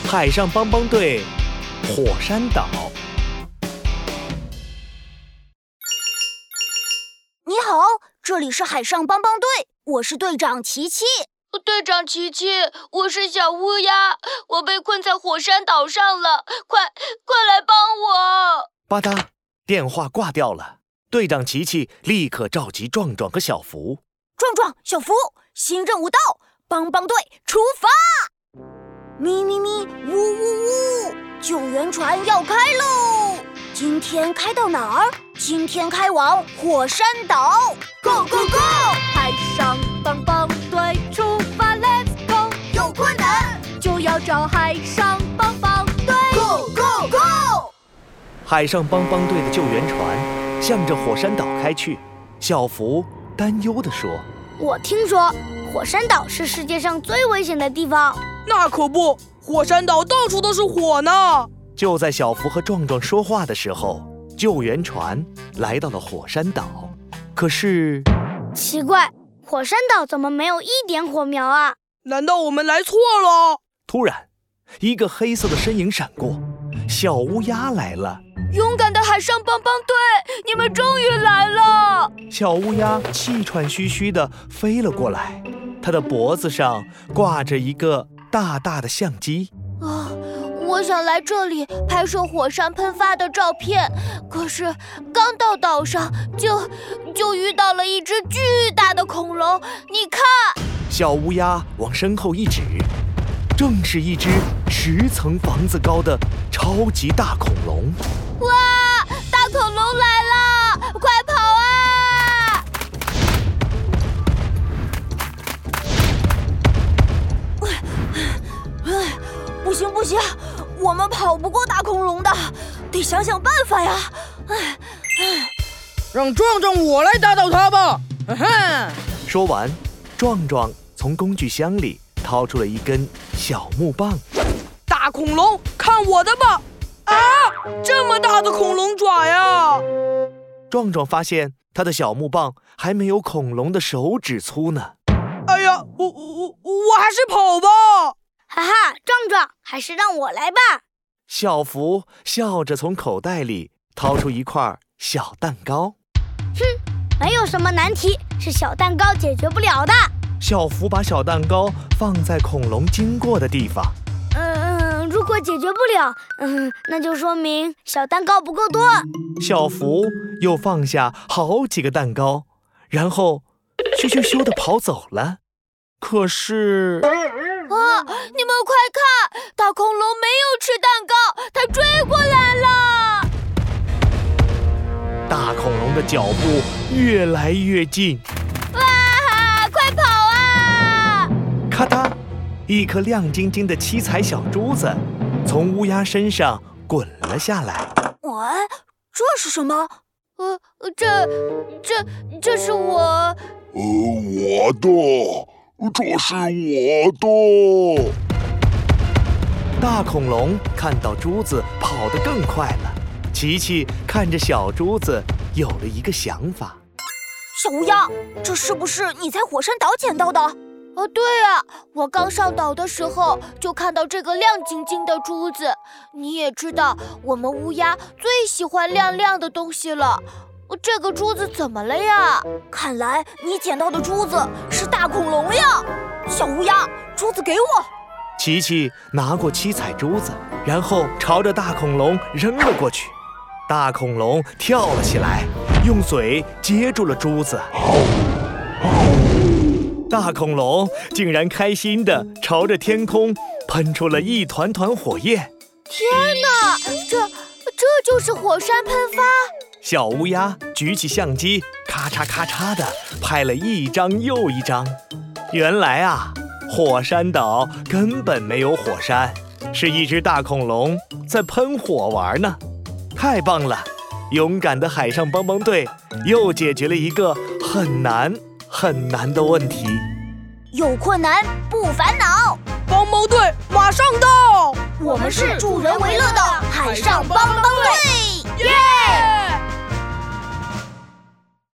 海上帮帮队，火山岛。 你好，这里是海上帮帮队，我是队长琪琪。 队长琪琪，我是小乌鸦，我被困在火山岛上了，快来帮我！ 吧嗒，电话挂掉了。队长琪琪立刻召集壮壮和小福。 壮壮、小福，新任务到，帮帮队出发！咪咪咪，呜呜呜，救援船要开喽！今天开到哪儿？今天开往火山岛 ，Go Go Go！ 海上帮帮队出发 ，Let's go！ 有困难就要找海上帮帮队 ，Go Go Go！ 海上帮帮队的救援船向着火山岛开去。小福担忧地说：“ 我听说火山岛是世界上最危险的地方。” 那可不，火山岛到处都是火呢。 就在小福和壮壮说话的时候，救援船来到了火山岛。可是， 奇怪，火山岛怎么没有一点火苗啊？ 难道我们来错了？ 突然，一个黑色的身影闪过，小乌鸦来了。 勇敢的海上帮帮队，你们终于来了！ 小乌鸦气喘吁吁地飞了过来，它的脖子上挂着一个大大的相机。 我想来这里拍摄火山喷发的照片，可是刚到岛上就遇到了一只巨大的恐龙。你看， 小乌鸦往身后一指，正是一只10层房子高的超级大恐龙。 哇，大恐龙来了，快跑啊！ 不行，我们跑不过大恐龙的，得想想办法呀！ 让壮壮我来打倒他吧！ 说完，壮壮从工具箱里掏出了一根小木棒。 大恐龙，看我的吧！啊，这么大的恐龙爪呀！ 壮壮发现他的小木棒还没有恐龙的手指粗呢。 哎呀，我还是跑吧！ 哈哈，壮壮，还是让我来吧。 小福笑着从口袋里掏出一块小蛋糕。 没有什么难题是小蛋糕解决不了的。 小福把小蛋糕放在恐龙经过的地方。 如果解决不了，那就说明小蛋糕不够多。 小福又放下好几个蛋糕，然后咻咻咻地跑走了。可是， 你们快看，大恐龙没有吃蛋糕，它追过来了。 大恐龙的脚步越来越近。 哇，快跑啊！ 咔嗒，一颗亮晶晶的七彩小珠子从乌鸦身上滚了下来。 这是什么？ 这是我。 我的，这是我的。 大恐龙看到珠子跑得更快了，琪琪看着小珠子有了一个想法。 小乌鸦，这是不是你在火山岛捡到的？ 对啊，我刚上岛的时候就看到这个亮晶晶的珠子。你也知道，我们乌鸦最喜欢亮亮的东西了。这个珠子怎么了呀？ 看来你捡到的珠子是大恐龙呀！小乌鸦，珠子给我。 琪琪拿过七彩珠子，然后朝着大恐龙扔了过去。大恐龙跳了起来，用嘴接住了珠子。大恐龙竟然开心地朝着天空喷出了一团团火焰。 天哪，这就是火山喷发！ 小乌鸦举起相机，咔嚓咔嚓地拍了一张又一张。原来啊，火山岛根本没有火山，是一只大恐龙在喷火玩呢。太棒了！勇敢的海上帮帮队又解决了一个很难的问题。 有困难不烦恼， 帮帮队马上到！ 我们是助人为乐的海上帮帮队，耶！